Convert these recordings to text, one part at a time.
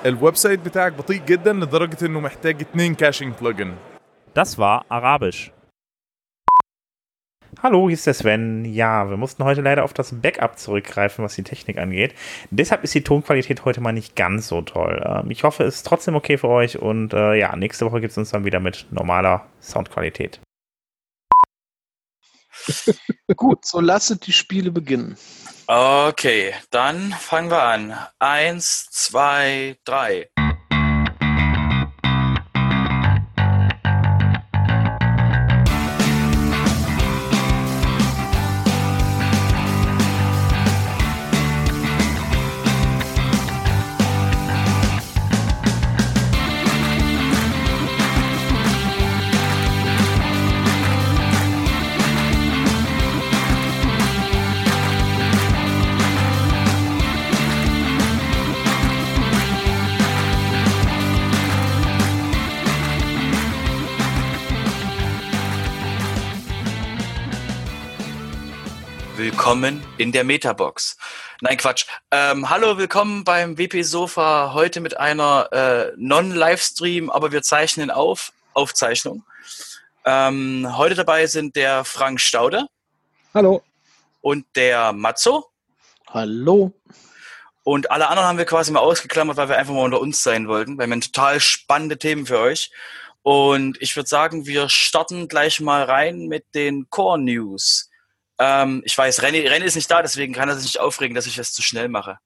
الويب سايت بتاعك بطيء جدا لدرجة انه محتاج 2 كاشنج بلجن. Das war Arabisch. Hallo, hier ist der Sven. Ja, wir mussten heute leider auf das Backup zurückgreifen, was die Technik angeht. Deshalb ist die Tonqualität heute mal nicht ganz so toll. Ich hoffe, es ist trotzdem okay für euch und ja, nächste Woche gibt es uns dann wieder mit normaler Soundqualität. Gut, so lasset die Spiele beginnen. Okay, dann fangen wir an. 1, 2, 3. Willkommen in der Metabox. Nein, Quatsch. Hallo, willkommen beim WP Sofa. Heute mit einer Non-Livestream, aber wir zeichnen Aufzeichnung. Heute dabei sind der Frank Staude. Hallo. Und der Matzo. Hallo. Und alle anderen haben wir quasi mal ausgeklammert, weil wir einfach mal unter uns sein wollten, weil wir haben total spannende Themen für euch. Und ich würde sagen, wir starten gleich mal rein mit den Core News. Ich weiß, René ist nicht da, deswegen kann er sich nicht aufregen, dass ich das zu schnell mache.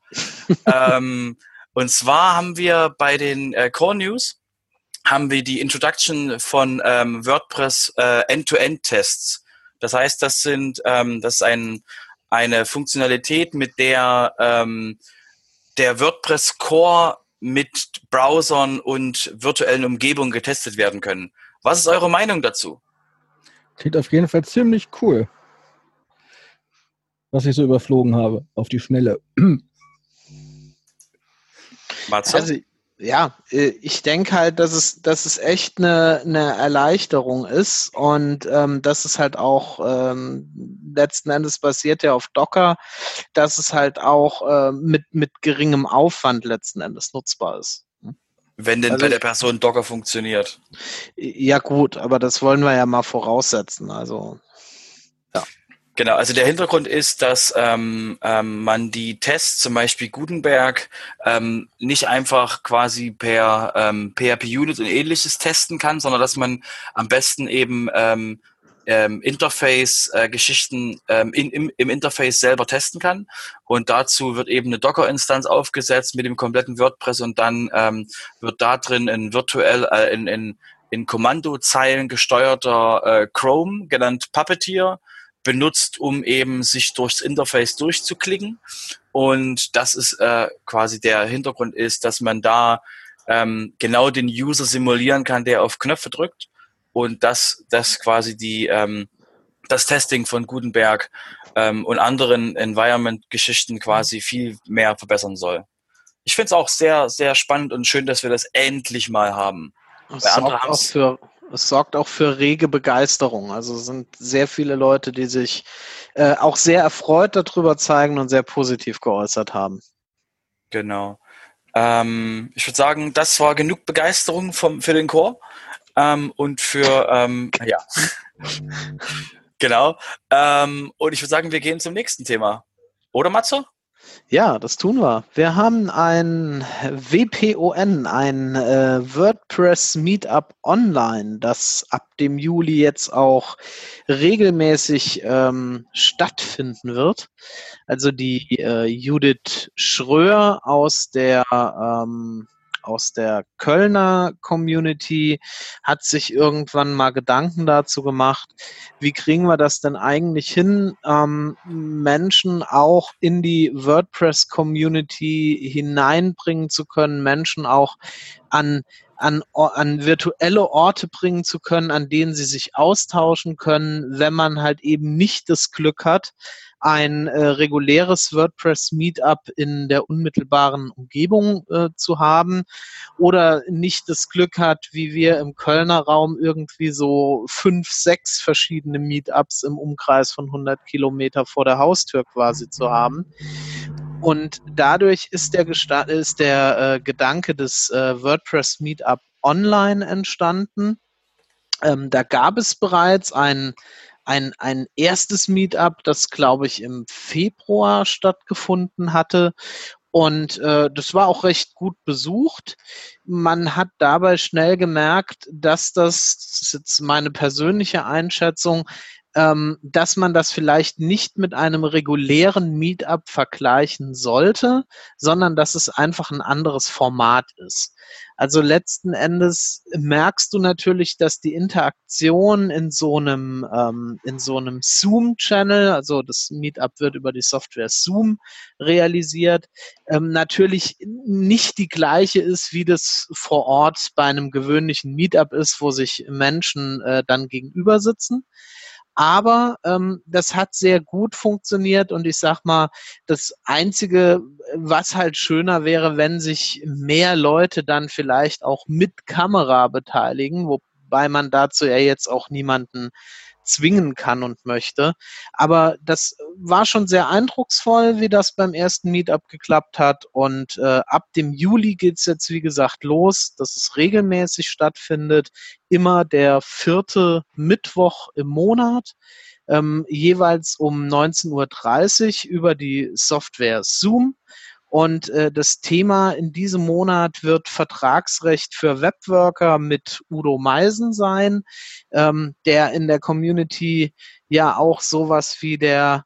Und zwar haben wir bei den Core News haben wir die Introduction von WordPress End-to-End-Tests. Das heißt, das ist eine Funktionalität, mit der der WordPress Core mit Browsern und virtuellen Umgebungen getestet werden können. Was ist eure Meinung dazu? Klingt auf jeden Fall ziemlich cool, was ich so überflogen habe, auf die Schnelle. Matze? Also, ja, ich denke halt, dass es echt eine Erleichterung ist und dass es halt auch letzten Endes basiert ja auf Docker, dass es halt auch mit geringem Aufwand letzten Endes nutzbar ist. Wenn denn bei der Person Docker funktioniert. Ja gut, aber das wollen wir ja mal voraussetzen. Also Genau, also der Hintergrund ist, dass man die Tests, zum Beispiel Gutenberg, nicht einfach quasi per PHP-Unit und ähnliches testen kann, sondern dass man am besten eben Interface-Geschichten im Interface selber testen kann. Und dazu wird eben eine Docker-Instanz aufgesetzt mit dem kompletten WordPress und dann wird da drin ein virtuell in Kommandozeilen gesteuerter Chrome, genannt Puppeteer, benutzt, um eben sich durchs Interface durchzuklicken. Und das ist quasi der Hintergrund ist, dass man da genau den User simulieren kann, der auf Knöpfe drückt und das quasi das Testing von Gutenberg und anderen Environment-Geschichten quasi viel mehr verbessern soll. Ich finde es auch sehr, sehr spannend und schön, dass wir das endlich mal haben. Es sorgt auch für rege Begeisterung. Also es sind sehr viele Leute, die sich auch sehr erfreut darüber zeigen und sehr positiv geäußert haben. Genau. Ich würde sagen, das war genug Begeisterung für den Core und für, ja. Genau. Und ich würde sagen, wir gehen zum nächsten Thema. Oder, Matze? Ja, das tun wir. Wir haben ein WPON, ein WordPress Meetup Online, das ab dem Juli jetzt auch regelmäßig stattfinden wird. Also die Judith Schröer aus der Kölner Community hat sich irgendwann mal Gedanken dazu gemacht, wie kriegen wir das denn eigentlich hin, Menschen auch in die WordPress-Community hineinbringen zu können, Menschen auch an virtuelle Orte bringen zu können, an denen sie sich austauschen können, wenn man halt eben nicht das Glück hat, ein reguläres WordPress-Meetup in der unmittelbaren Umgebung zu haben oder nicht das Glück hat, wie wir im Kölner Raum irgendwie so 5, 6 verschiedene Meetups im Umkreis von 100 Kilometer vor der Haustür quasi zu haben. Und dadurch ist der Gedanke des WordPress Meetup online entstanden. Da gab es bereits ein erstes Meetup, das, glaube ich, im Februar stattgefunden hatte. Und das war auch recht gut besucht. Man hat dabei schnell gemerkt, das ist jetzt meine persönliche Einschätzung, dass man das vielleicht nicht mit einem regulären Meetup vergleichen sollte, sondern dass es einfach ein anderes Format ist. Also letzten Endes merkst du natürlich, dass die Interaktion in so einem Zoom-Channel, also das Meetup wird über die Software Zoom realisiert, natürlich nicht die gleiche ist, wie das vor Ort bei einem gewöhnlichen Meetup ist, wo sich Menschen dann gegenüber sitzen. Aber das hat sehr gut funktioniert und ich sag mal, das Einzige, was halt schöner wäre, wenn sich mehr Leute dann vielleicht auch mit Kamera beteiligen, wobei man dazu ja jetzt auch niemanden zwingen kann und möchte. Aber das war schon sehr eindrucksvoll, wie das beim ersten Meetup geklappt hat. Und ab dem Juli geht's jetzt, wie gesagt, los, dass es regelmäßig stattfindet. Immer der 4. Mittwoch im Monat. Jeweils um 19:30 Uhr über die Software Zoom. Und das Thema in diesem Monat wird Vertragsrecht für Webworker mit Udo Meisen sein, der in der Community ja auch sowas wie der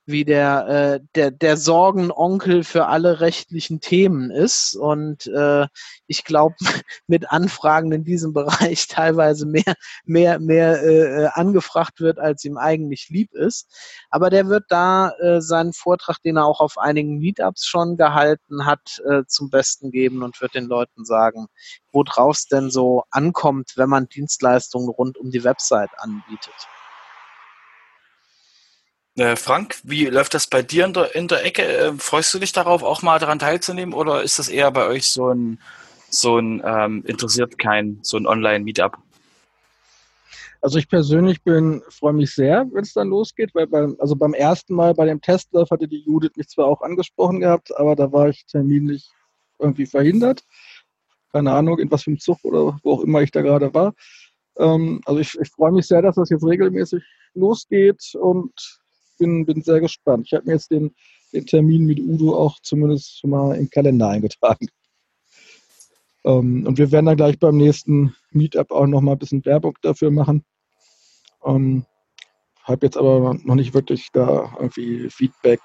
Sorgenonkel für alle rechtlichen Themen ist. Und ich glaube, mit Anfragen in diesem Bereich teilweise mehr angefragt wird, als ihm eigentlich lieb ist. Aber der wird da seinen Vortrag, den er auch auf einigen Meetups schon gehalten hat, zum Besten geben und wird den Leuten sagen, worauf es denn so ankommt, wenn man Dienstleistungen rund um die Website anbietet. Frank, wie läuft das bei dir in der Ecke? Freust du dich darauf, auch mal daran teilzunehmen, oder ist das eher bei euch so ein interessiert kein, so ein Online-Meetup? Also ich persönlich freue mich sehr, wenn es dann losgeht, weil beim ersten Mal bei dem Testlauf hatte die Judith mich zwar auch angesprochen gehabt, aber da war ich terminlich irgendwie verhindert. Keine Ahnung, in was für einem Zug oder wo auch immer ich da gerade war. Also ich freue mich sehr, dass das jetzt regelmäßig losgeht und bin sehr gespannt. Ich habe mir jetzt den Termin mit Udo auch zumindest schon mal im Kalender eingetragen. Und wir werden dann gleich beim nächsten Meetup auch noch mal ein bisschen Werbung dafür machen. Habe jetzt aber noch nicht wirklich da irgendwie Feedback,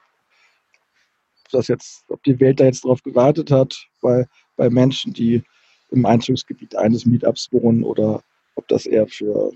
ob die Welt da jetzt drauf gewartet hat, bei Menschen, die im Einzugsgebiet eines Meetups wohnen, oder ob das eher für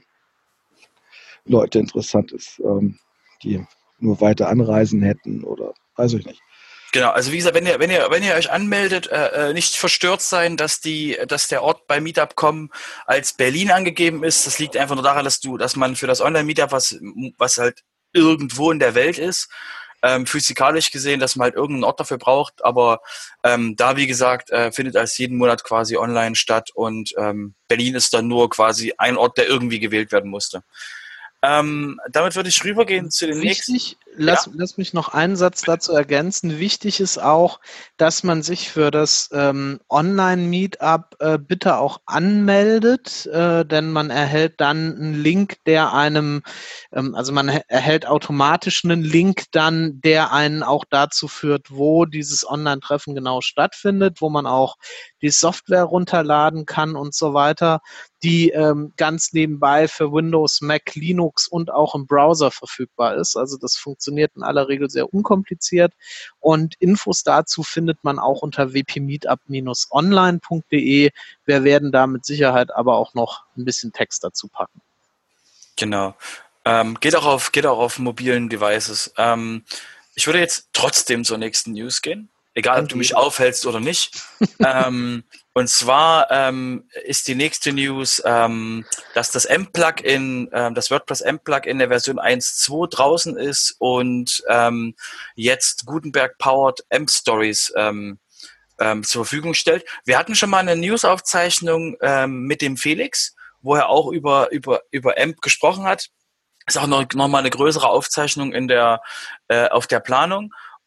Leute interessant ist, die nur weiter anreisen hätten, oder weiß ich nicht. Genau, also wie gesagt, wenn ihr euch anmeldet, nicht verstört sein, dass der Ort bei Meetup.com als Berlin angegeben ist. Das liegt einfach nur daran, dass man für das Online-Meetup, was halt irgendwo in der Welt ist, physikalisch gesehen, dass man halt irgendeinen Ort dafür braucht, aber da, wie gesagt, findet als jeden Monat quasi online statt und Berlin ist dann nur quasi ein Ort, der irgendwie gewählt werden musste. Damit würde ich rübergehen zu den nächsten. Lass mich noch einen Satz dazu ergänzen. Wichtig ist auch, dass man sich für das Online-Meetup bitte auch anmeldet, denn man erhält dann einen Link, der einem, also man erhält automatisch einen Link dann, der einen auch dazu führt, wo dieses Online-Treffen genau stattfindet, wo man auch die Software runterladen kann und so weiter, die ganz nebenbei für Windows, Mac, Linux und auch im Browser verfügbar ist. Also das funktioniert in aller Regel sehr unkompliziert und Infos dazu findet man auch unter wpmeetup-online.de. Wir werden da mit Sicherheit aber auch noch ein bisschen Text dazu packen. Genau. Geht auch auf mobilen Devices. Ich würde jetzt trotzdem zur nächsten News gehen. Egal, ob du mich aufhältst oder nicht. Und zwar ist die nächste News, dass das M-Plugin, das WordPress M-Plugin der Version 1.2 draußen ist und jetzt Gutenberg-powered M-Stories zur Verfügung stellt. Wir hatten schon mal eine News-Aufzeichnung mit dem Felix, wo er auch über AMP gesprochen hat. Ist auch noch mal eine größere Aufzeichnung auf der Planung.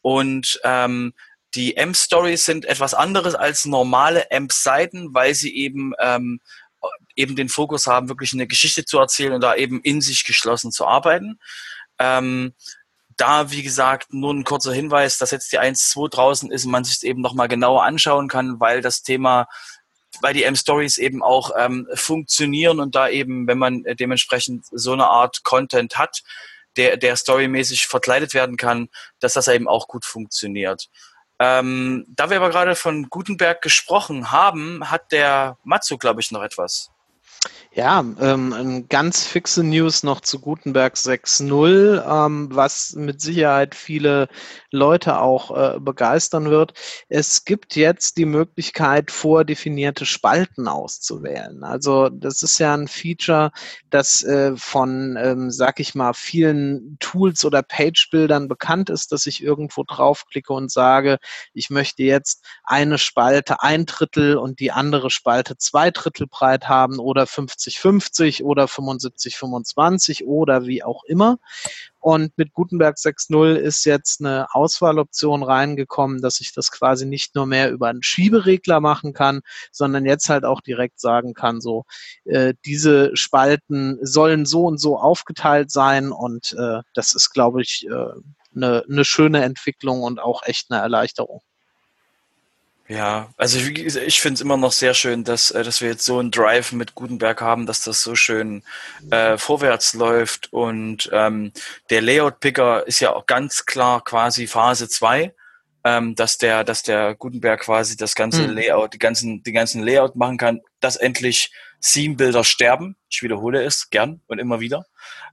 Und die AMP-Stories sind etwas anderes als normale AMP-Seiten, weil sie eben den Fokus haben, wirklich eine Geschichte zu erzählen und da eben in sich geschlossen zu arbeiten. Da, wie gesagt, nur ein kurzer Hinweis, dass jetzt die 1.2 draußen ist und man sich es eben nochmal genauer anschauen kann, weil die AMP-Stories eben auch funktionieren und da eben, wenn man dementsprechend so eine Art Content hat, der storymäßig verkleidet werden kann, dass das eben auch gut funktioniert. Da wir aber gerade von Gutenberg gesprochen haben, hat der Matsu, glaube ich, noch etwas. Ja, ganz fixe News noch zu Gutenberg 6.0, was mit Sicherheit viele Leute auch begeistern wird. Es gibt jetzt die Möglichkeit, vordefinierte Spalten auszuwählen. Also das ist ja ein Feature, das von, sag ich mal, vielen Tools oder Page-Bildern bekannt ist, dass ich irgendwo draufklicke und sage, ich möchte jetzt eine Spalte 1/3 und die andere Spalte 2/3 breit haben oder 50/50 oder 75/25 oder wie auch immer. Und mit Gutenberg 6.0 ist jetzt eine Auswahloption reingekommen, dass ich das quasi nicht nur mehr über einen Schieberegler machen kann, sondern jetzt halt auch direkt sagen kann, so diese Spalten sollen so und so aufgeteilt sein und das ist, glaube ich, eine schöne Entwicklung und auch echt eine Erleichterung. Ja, also ich finde es immer noch sehr schön, dass wir jetzt so einen Drive mit Gutenberg haben, dass das so schön vorwärts läuft und der Layout-Picker ist ja auch ganz klar quasi Phase 2, dass der Gutenberg quasi das ganze Layout, die ganzen Layout machen kann, dass endlich Theme-Bilder sterben. Ich wiederhole es gern und immer wieder.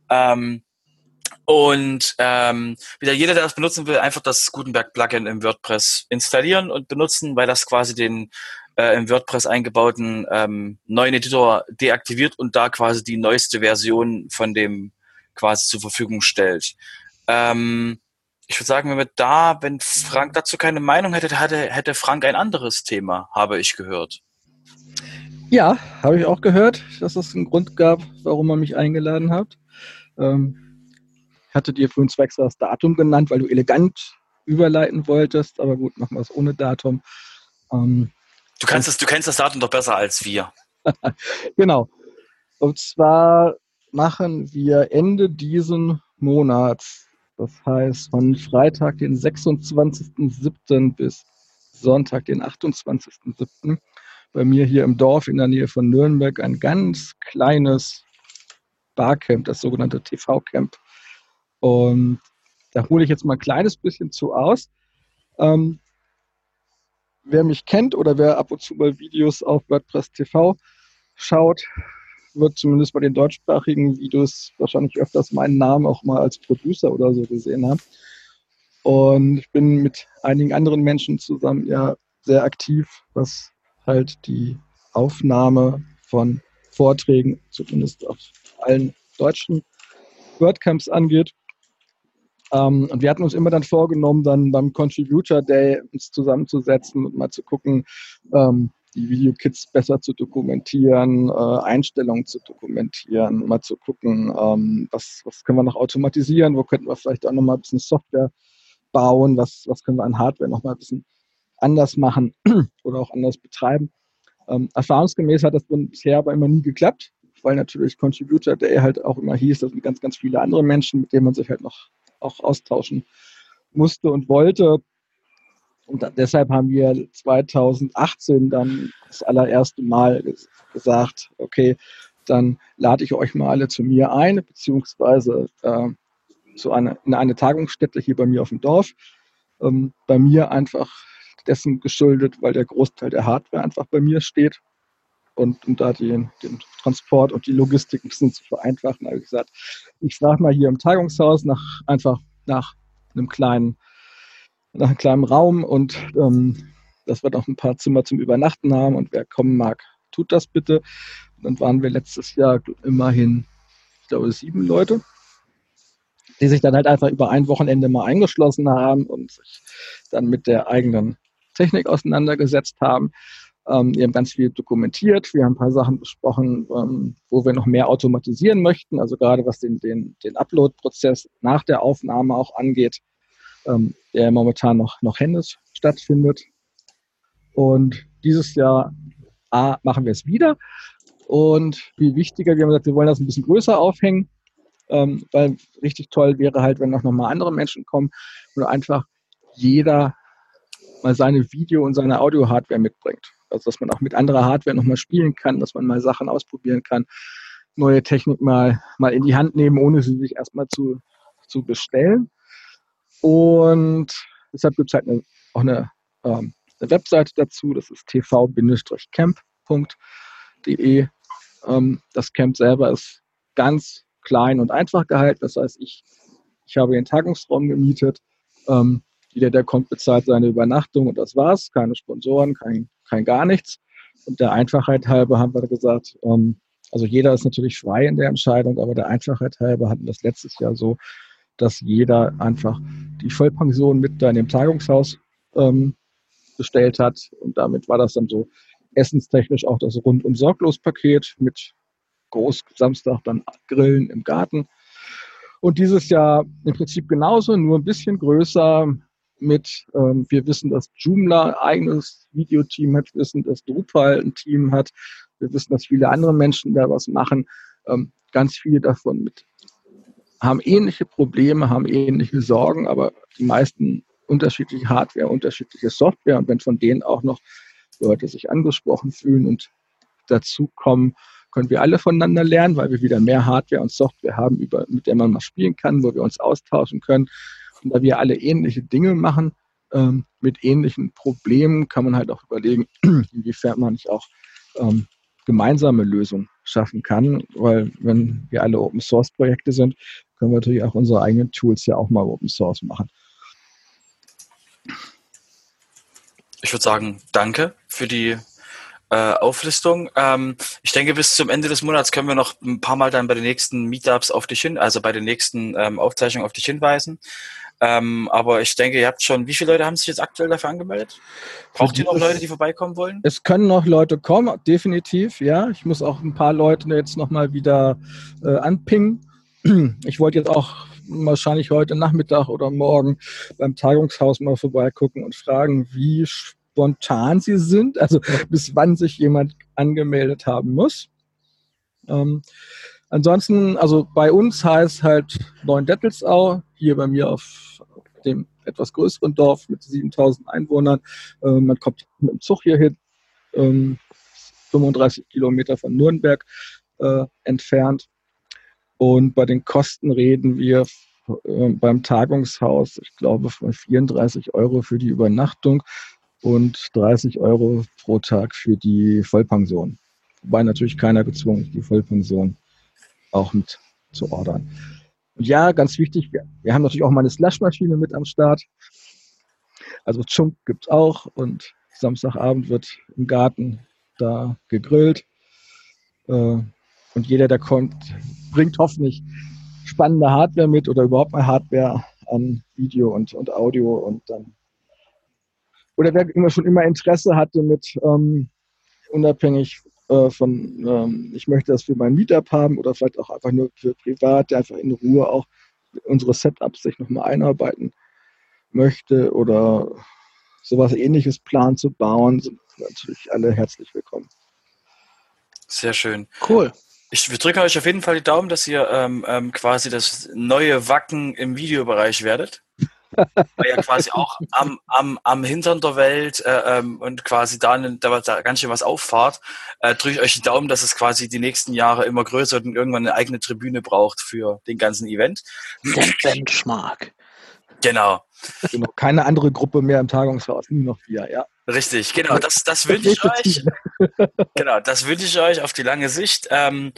Wieder jeder, der das benutzen will, einfach das Gutenberg-Plugin im WordPress installieren und benutzen, weil das quasi den im WordPress eingebauten neuen Editor deaktiviert und da quasi die neueste Version von dem quasi zur Verfügung stellt. Ich würde sagen, wenn Frank dazu keine Meinung hätte Frank ein anderes Thema, habe ich gehört. Ja, habe ich auch gehört, dass es einen Grund gab, warum man mich eingeladen hat. Ich hatte dir vorhin zwecks das Datum genannt, weil du elegant überleiten wolltest, aber gut, machen wir es ohne Datum. Du kennst das Datum doch besser als wir. Genau. Und zwar machen wir Ende diesen Monats, das heißt von Freitag, den 26.07. bis Sonntag, den 28.07. bei mir hier im Dorf in der Nähe von Nürnberg ein ganz kleines Barcamp, das sogenannte TV-Camp. Und da hole ich jetzt mal ein kleines bisschen zu aus. Wer mich kennt oder wer ab und zu mal Videos auf WordPress TV schaut, wird zumindest bei den deutschsprachigen Videos wahrscheinlich öfters meinen Namen auch mal als Producer oder so gesehen haben. Und ich bin mit einigen anderen Menschen zusammen ja sehr aktiv, was halt die Aufnahme von Vorträgen, zumindest auf allen deutschen WordCamps angeht. Und wir hatten uns immer dann vorgenommen, dann beim Contributor Day uns zusammenzusetzen und mal zu gucken, die Videokits besser zu dokumentieren, Einstellungen zu dokumentieren, mal zu gucken, was können wir noch automatisieren, wo könnten wir vielleicht auch nochmal ein bisschen Software bauen, was können wir an Hardware nochmal ein bisschen anders machen oder auch anders betreiben. Erfahrungsgemäß hat das bisher aber immer nie geklappt, weil natürlich Contributor Day halt auch immer hieß, das sind ganz, ganz viele andere Menschen, mit denen man sich halt noch auch austauschen musste und wollte. Und deshalb haben wir 2018 dann das allererste Mal gesagt, okay, dann lade ich euch mal alle zu mir ein, beziehungsweise in eine Tagungsstätte hier bei mir auf dem Dorf. Bei mir einfach dessen geschuldet, weil der Großteil der Hardware einfach bei mir steht. Und da den Transport und die Logistik ein bisschen zu vereinfachen, habe ich gesagt, ich frage mal hier im Tagungshaus nach einem kleinen Raum und dass wir noch ein paar Zimmer zum Übernachten haben und wer kommen mag, tut das bitte. Und dann waren wir letztes Jahr immerhin, ich glaube, 7 Leute, die sich dann halt einfach über ein Wochenende mal eingeschlossen haben und sich dann mit der eigenen Technik auseinandergesetzt haben. Wir haben ganz viel dokumentiert, wir haben ein paar Sachen besprochen, wo wir noch mehr automatisieren möchten, also gerade was den Upload-Prozess nach der Aufnahme auch angeht. der momentan noch händisch stattfindet. Und dieses Jahr machen wir es wieder. Und viel wichtiger, wir haben gesagt, wir wollen das ein bisschen größer aufhängen, weil richtig toll wäre halt, wenn noch mal andere Menschen kommen und einfach jeder mal seine Video- und seine Audio-Hardware mitbringt. Also dass man auch mit anderer Hardware noch mal spielen kann, dass man mal Sachen ausprobieren kann, neue Technik mal in die Hand nehmen, ohne sie sich erstmal zu bestellen. Und deshalb gibt es halt auch eine Webseite dazu, das ist tv-camp.de. Das Camp selber ist ganz klein und einfach gehalten. Das heißt, ich habe den Tagungsraum gemietet. Jeder, der kommt, bezahlt seine Übernachtung und das war's. Keine Sponsoren, kein gar nichts. Und der Einfachheit halber haben wir gesagt, also jeder ist natürlich frei in der Entscheidung, aber der Einfachheit halber hatten das letztes Jahr so, dass jeder einfach die Vollpension mit da in dem Tagungshaus bestellt hat. Und damit war das dann so essenstechnisch auch das Rundum-Sorglos-Paket mit groß Samstag dann Grillen im Garten. Und dieses Jahr im Prinzip genauso, nur ein bisschen größer mit, wir wissen, dass Joomla ein eigenes Videoteam hat, wir wissen, dass Drupal ein Team hat, wir wissen, dass viele andere Menschen da was machen. Ganz viele davon haben ähnliche Probleme, haben ähnliche Sorgen, aber die meisten unterschiedliche Hardware, unterschiedliche Software. Und wenn von denen auch noch Leute sich angesprochen fühlen und dazu kommen, können wir alle voneinander lernen, weil wir wieder mehr Hardware und Software haben, mit der man mal spielen kann, wo wir uns austauschen können. Und da wir alle ähnliche Dinge machen, mit ähnlichen Problemen, kann man halt auch überlegen, inwiefern man nicht auch gemeinsame Lösungen schaffen kann. Weil wenn wir alle Open-Source-Projekte sind, können wir natürlich auch unsere eigenen Tools ja auch mal Open-Source machen. Ich würde sagen, danke für die Auflistung. Ich denke, bis zum Ende des Monats können wir noch ein paar Mal dann bei den nächsten Meetups auf dich also bei den nächsten Aufzeichnungen auf dich hinweisen. Aber ich denke, ihr habt schon, wie viele Leute haben sich jetzt aktuell dafür angemeldet? Braucht ihr noch Leute, die vorbeikommen wollen? Es können noch Leute kommen, definitiv, ja. Ich muss auch ein paar Leute jetzt nochmal wieder anpingen. Ich wollte jetzt auch wahrscheinlich heute Nachmittag oder morgen beim Tagungshaus mal vorbeigucken und fragen, wie spontan sie sind, also bis wann sich jemand angemeldet haben muss. Ansonsten, also bei uns heißt halt Neuendettelsau, hier bei mir auf dem etwas größeren Dorf mit 7000 Einwohnern. Man kommt mit dem Zug hier hin, 35 Kilometer von Nürnberg entfernt. Und bei den Kosten reden wir beim Tagungshaus, ich glaube, von 34 € für die Übernachtung und 30 € pro Tag für die Vollpension. Wobei natürlich keiner gezwungen ist, die Vollpension auch mit zu ordern. Und ja, ganz wichtig, wir haben natürlich auch mal eine Slushmaschine mit am Start. Also Chunk gibt es auch und Samstagabend wird im Garten da gegrillt. Und jeder, der kommt, bringt hoffentlich spannende Hardware mit oder überhaupt mal Hardware an Video und Audio und dann. Oder wer schon immer Interesse hatte mit unabhängig von, ich möchte das für mein Meetup haben oder vielleicht auch einfach nur für privat, der einfach in Ruhe auch unsere Setups sich nochmal einarbeiten möchte oder sowas Ähnliches planen zu bauen, sind natürlich alle herzlich willkommen. Sehr schön. Cool. Wir drücken euch auf jeden Fall die Daumen, dass ihr quasi das neue Wacken im Videobereich werdet. Weil ja quasi auch am Hintern der Welt und quasi da ganz schön was auffahrt, drücke ich euch die Daumen, dass es quasi die nächsten Jahre immer größer wird und irgendwann eine eigene Tribüne braucht für den ganzen Event. Der Benchmark. Genau. Keine andere Gruppe mehr im Tagungshaus, nur noch wir, ja. Richtig, genau, das wünsche ich euch. Genau, das wünsche ich euch auf die lange Sicht. Genau,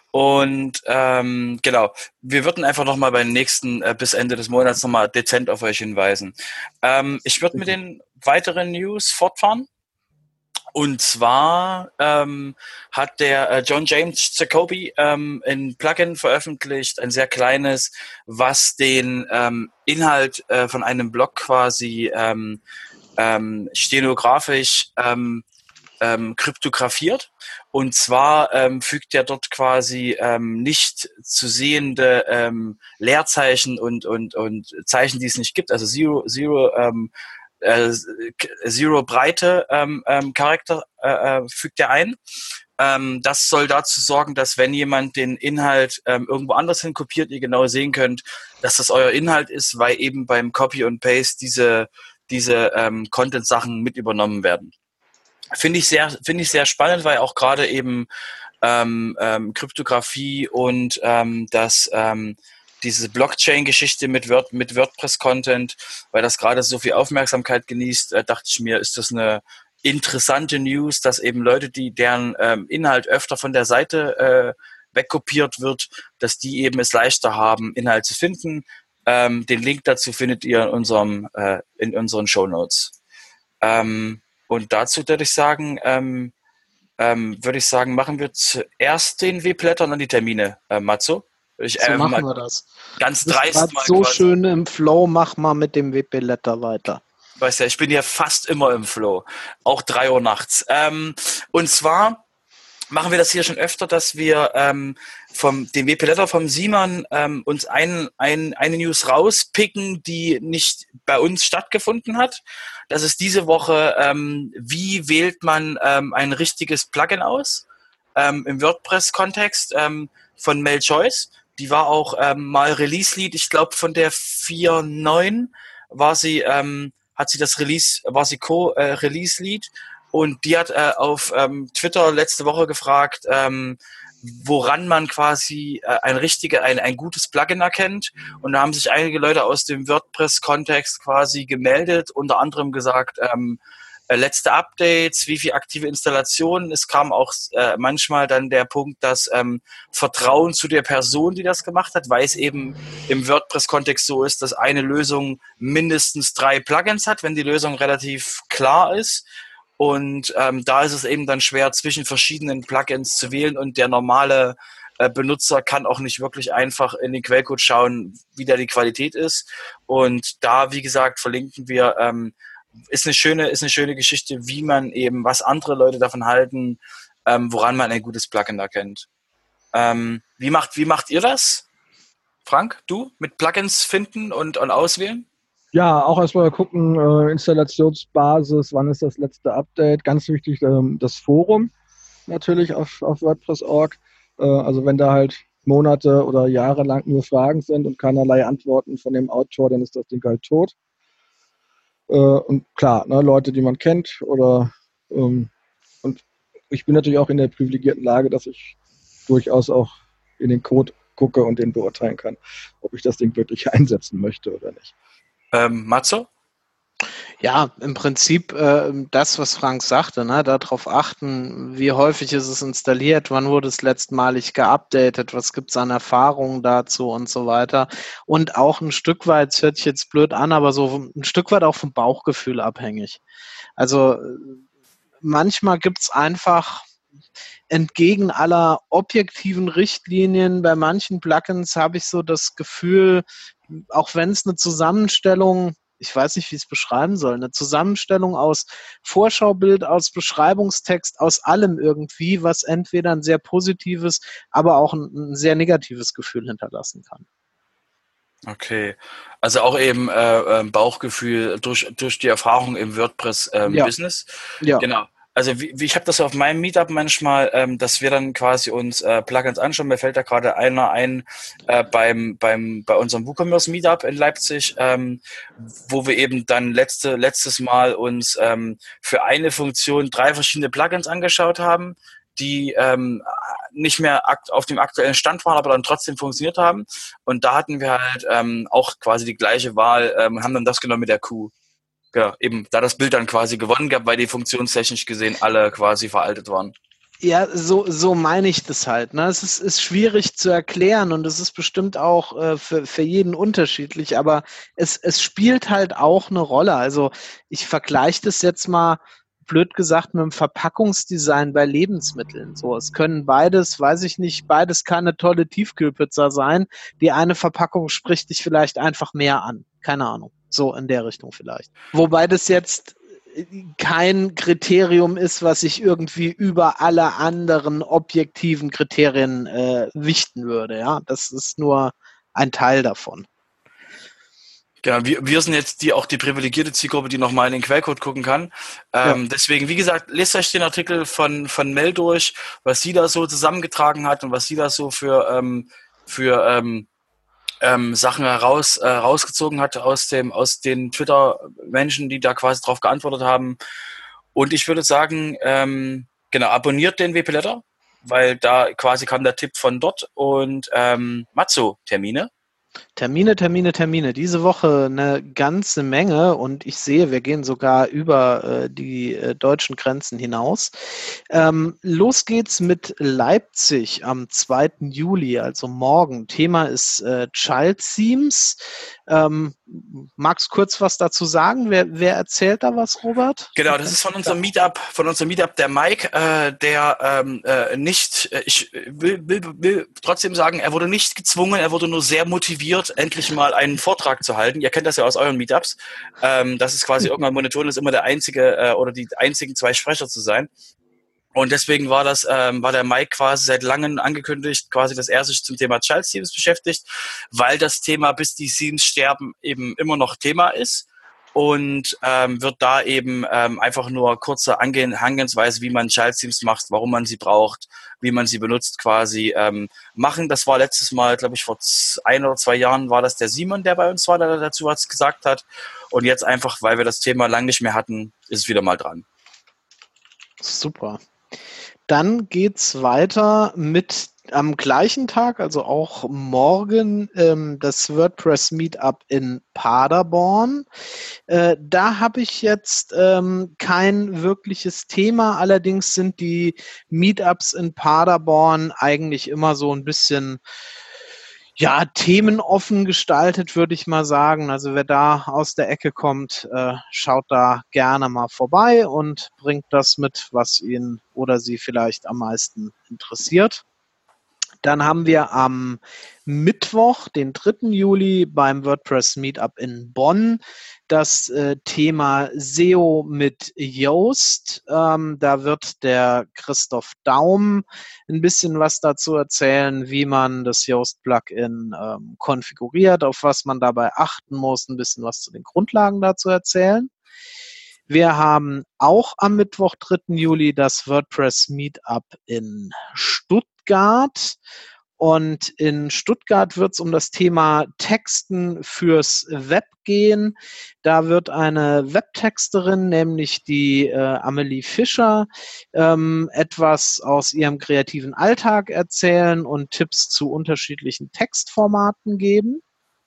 wir würden einfach nochmal bei den nächsten bis Ende des Monats nochmal dezent auf euch hinweisen. Ich würde mit den weiteren News fortfahren. Und zwar hat der John James Jacoby ein Plugin veröffentlicht, ein sehr kleines, was den Inhalt von einem Blog quasi stenografisch kryptografiert. Und zwar fügt er dort quasi nicht zu sehende Leerzeichen und Zeichen, die es nicht gibt, also Zero Breite Charakter fügt er ein. Das soll dazu sorgen, dass wenn jemand den Inhalt irgendwo anders hin kopiert, ihr genau sehen könnt, dass das euer Inhalt ist, weil eben beim Copy und Paste diese Content-Sachen mit übernommen werden. Finde ich sehr spannend, weil auch gerade eben Kryptographie und diese Blockchain-Geschichte mit WordPress-Content, weil das gerade so viel Aufmerksamkeit genießt, dachte ich mir, ist das eine interessante News, dass eben Leute, deren Inhalt öfter von der Seite wegkopiert wird, dass die eben es leichter haben, Inhalt zu finden. Den Link dazu findet ihr in unseren Shownotes. Und dazu würde ich sagen, machen wir zuerst den W-Blätter und dann die Termine, Matzo. So machen wir das. Ganz Du bist dreist grad mal so quasi. schön im Flow, mach mal mit dem WP-Letter weiter. Weißt ja, ich bin ja fast immer im Flow. Auch 3 Uhr nachts. Und zwar machen wir das hier schon öfter, dass wir vom dem WP-Letter vom Simon uns eine News rauspicken, die nicht bei uns stattgefunden hat. Das ist diese Woche, wie wählt man ein richtiges Plugin aus im WordPress-Kontext von Mel Choice. Die war auch mal Release-Lead, ich glaube von der 4.9 war sie Co-Release-Lead und die hat auf Twitter letzte Woche gefragt, woran man quasi ein gutes Plugin erkennt. Und da haben sich einige Leute aus dem WordPress-Kontext quasi gemeldet, unter anderem gesagt, letzte Updates, wie viel aktive Installationen. Es kam auch manchmal dann der Punkt, dass Vertrauen zu der Person, die das gemacht hat, weil es eben im WordPress-Kontext so ist, dass eine Lösung mindestens 3 Plugins hat, wenn die Lösung relativ klar ist. Und da ist es eben dann schwer, zwischen verschiedenen Plugins zu wählen und der normale Benutzer kann auch nicht wirklich einfach in den Quellcode schauen, wie da die Qualität ist. Und da, wie gesagt, verlinken wir ist eine schöne Geschichte, wie man eben, was andere Leute davon halten, woran man ein gutes Plugin erkennt. Wie macht ihr das? Frank, du mit Plugins finden und auswählen? Ja, auch erstmal gucken, Installationsbasis, wann ist das letzte Update. Ganz wichtig, das Forum natürlich auf WordPress.org. Also wenn da halt Monate oder Jahre lang nur Fragen sind und keinerlei Antworten von dem Autor, dann ist das Ding halt tot. Und klar, ne, Leute, die man kennt oder und ich bin natürlich auch in der privilegierten Lage, dass ich durchaus auch in den Code gucke und den beurteilen kann, ob ich das Ding wirklich einsetzen möchte oder nicht. Matzo? Ja, im Prinzip das, was Frank sagte, ne, darauf achten, wie häufig ist es installiert, wann wurde es letztmalig geupdatet, was gibt es an Erfahrungen dazu und so weiter. Und auch ein Stück weit, es hört sich jetzt blöd an, aber so ein Stück weit auch vom Bauchgefühl abhängig. Also manchmal gibt es einfach entgegen aller objektiven Richtlinien, bei manchen Plugins habe ich so das Gefühl, auch wenn es eine Zusammenstellung, ich weiß nicht, wie ich es beschreiben soll, eine Zusammenstellung aus Vorschaubild, aus Beschreibungstext, aus allem irgendwie, was entweder ein sehr positives, aber auch ein sehr negatives Gefühl hinterlassen kann. Okay, also auch eben Bauchgefühl durch die Erfahrung im WordPress-Business. Ja. Genau. Also ich habe das auf meinem Meetup manchmal, dass wir dann quasi uns Plugins anschauen. Mir fällt da gerade einer ein bei unserem WooCommerce Meetup in Leipzig, wo wir eben dann letztes Mal uns für eine Funktion 3 verschiedene Plugins angeschaut haben, die nicht mehr auf dem aktuellen Stand waren, aber dann trotzdem funktioniert haben. Und da hatten wir halt auch quasi die gleiche Wahl, haben dann das genommen mit der Kuh. Ja, eben, da das Bild dann quasi gewonnen gab, weil die funktionstechnisch gesehen alle quasi veraltet waren. Ja, so meine ich das halt. Ne? Es ist schwierig zu erklären und es ist bestimmt auch für jeden unterschiedlich, aber es spielt halt auch eine Rolle. Also ich vergleiche das jetzt mal blöd gesagt mit dem Verpackungsdesign bei Lebensmitteln. So, es können beides, weiß ich nicht, beides kann eine tolle Tiefkühlpizza sein. Die eine Verpackung spricht dich vielleicht einfach mehr an. Keine Ahnung. So in der Richtung vielleicht. Wobei das jetzt kein Kriterium ist, was sich irgendwie über alle anderen objektiven Kriterien wichten würde. Ja, das ist nur ein Teil davon. Genau, wir sind jetzt auch die privilegierte Zielgruppe, die nochmal in den Quellcode gucken kann. Deswegen, wie gesagt, lest euch den Artikel von Mel durch, was sie da so zusammengetragen hat und was sie da so für Sachen rausgezogen hat aus den Twitter-Menschen, die da quasi drauf geantwortet haben. Und ich würde sagen, genau, abonniert den WP Letter, weil da quasi kam der Tipp von dort. Und Matzo, Termine? Termine. Diese Woche eine ganze Menge und ich sehe, wir gehen sogar über die deutschen Grenzen hinaus. Los geht's mit Leipzig am 2. Juli, also morgen. Thema ist Child Themes. Magst du kurz was dazu sagen? Wer erzählt da was, Robert? Genau, das ist von unserem Meetup, der Mike, der nicht, ich will trotzdem sagen, er wurde nicht gezwungen, er wurde nur sehr motiviert, endlich mal einen Vortrag zu halten. Ihr kennt das ja aus euren Meetups. Das ist quasi irgendwann monoton ist, immer der einzige oder die einzigen 2 Sprecher zu sein. Und deswegen war der Mike quasi seit langem angekündigt, quasi, dass er sich zum Thema Child Themes beschäftigt, weil das Thema bis die Themes sterben eben immer noch Thema ist. Und wird da eben einfach nur kurze Herangehensweise, wie man Child Themes macht, warum man sie braucht, wie man sie benutzt, quasi machen. Das war letztes Mal, glaube ich, vor 1 oder 2 Jahren war das der Simon, der bei uns war, der dazu was gesagt hat. Und jetzt einfach, weil wir das Thema lang nicht mehr hatten, ist es wieder mal dran. Super. Dann geht's weiter mit am gleichen Tag, also auch morgen, das WordPress Meetup in Paderborn. Da habe ich jetzt kein wirkliches Thema, allerdings sind die Meetups in Paderborn eigentlich immer so ein bisschen themenoffen gestaltet, würde ich mal sagen. Also wer da aus der Ecke kommt, schaut da gerne mal vorbei und bringt das mit, was ihn oder sie vielleicht am meisten interessiert. Dann haben wir am Mittwoch, den 3. Juli, beim WordPress Meetup in Bonn das Thema SEO mit Yoast. Da wird der Christoph Daum ein bisschen was dazu erzählen, wie man das Yoast-Plugin konfiguriert, auf was man dabei achten muss, ein bisschen was zu den Grundlagen dazu erzählen. Wir haben auch am Mittwoch, 3. Juli, das WordPress Meetup in Stuttgart. Und in Stuttgart wird es um das Thema Texten fürs Web gehen. Da wird eine Webtexterin, nämlich die Amelie Fischer, etwas aus ihrem kreativen Alltag erzählen und Tipps zu unterschiedlichen Textformaten geben.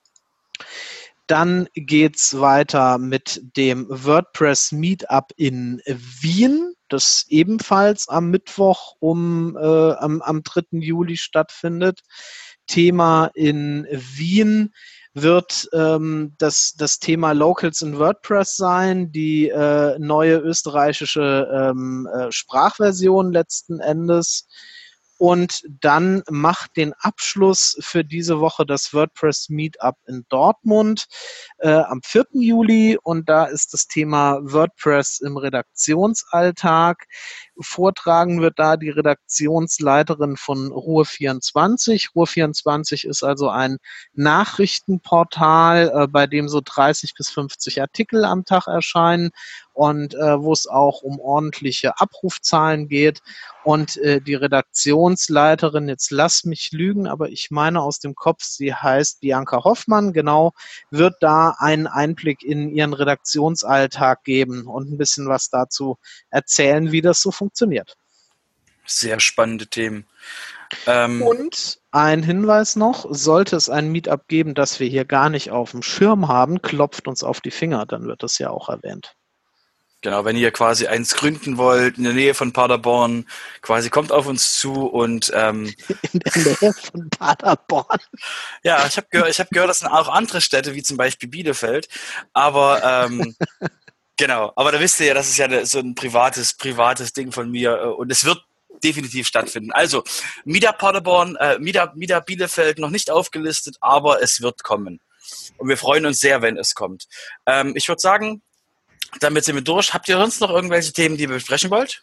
Dann geht's weiter mit dem WordPress Meetup in Wien, das ebenfalls am Mittwoch am 3. Juli stattfindet. Thema in Wien wird das Thema Locals in WordPress sein, die neue österreichische Sprachversion letzten Endes. Und dann macht den Abschluss für diese Woche das WordPress Meetup in Dortmund am 4. Juli. Und da ist das Thema WordPress im Redaktionsalltag. Vortragen wird da die Redaktionsleiterin von Ruhr24. Ruhr24 ist also ein Nachrichtenportal, bei dem so 30 bis 50 Artikel am Tag erscheinen und wo es auch um ordentliche Abrufzahlen geht. Und die Redaktionsleiterin, jetzt lass mich lügen, aber ich meine aus dem Kopf, sie heißt Bianca Hoffmann, genau, wird da einen Einblick in ihren Redaktionsalltag geben und ein bisschen was dazu erzählen, wie das so funktioniert. Sehr spannende Themen. Und ein Hinweis noch, sollte es ein Meetup geben, das wir hier gar nicht auf dem Schirm haben, klopft uns auf die Finger, dann wird das ja auch erwähnt. Genau, wenn ihr quasi eins gründen wollt, in der Nähe von Paderborn, quasi kommt auf uns zu und in der Nähe von Paderborn. Ja, ich hab gehört, das sind auch andere Städte, wie zum Beispiel Bielefeld, aber genau, aber da wisst ihr ja, das ist ja so ein privates Ding von mir und es wird definitiv stattfinden. Also, Meetup Paderborn, Meetup Bielefeld noch nicht aufgelistet, aber es wird kommen. Und wir freuen uns sehr, wenn es kommt. Ich würde sagen, Damit sind wir durch. Habt ihr sonst noch irgendwelche Themen, die ihr besprechen wollt?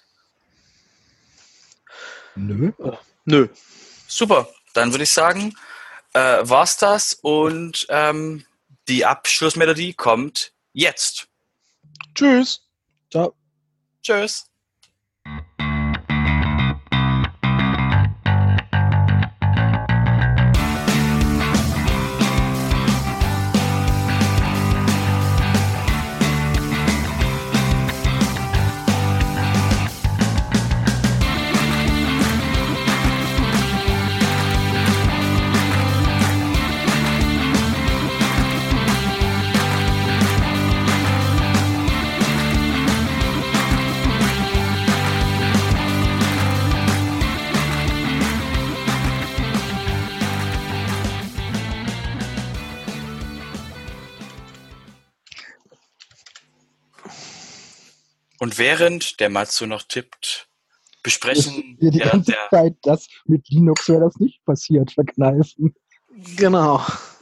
Nö. Nö. Super. Dann würde ich sagen, war's das und die Abschlussmelodie kommt jetzt. Tschüss. Ciao. Tschüss. Und während der Matsu noch tippt, besprechen Wir die ganze Zeit das mit Linux wäre das nicht passiert, verkneifen. Genau.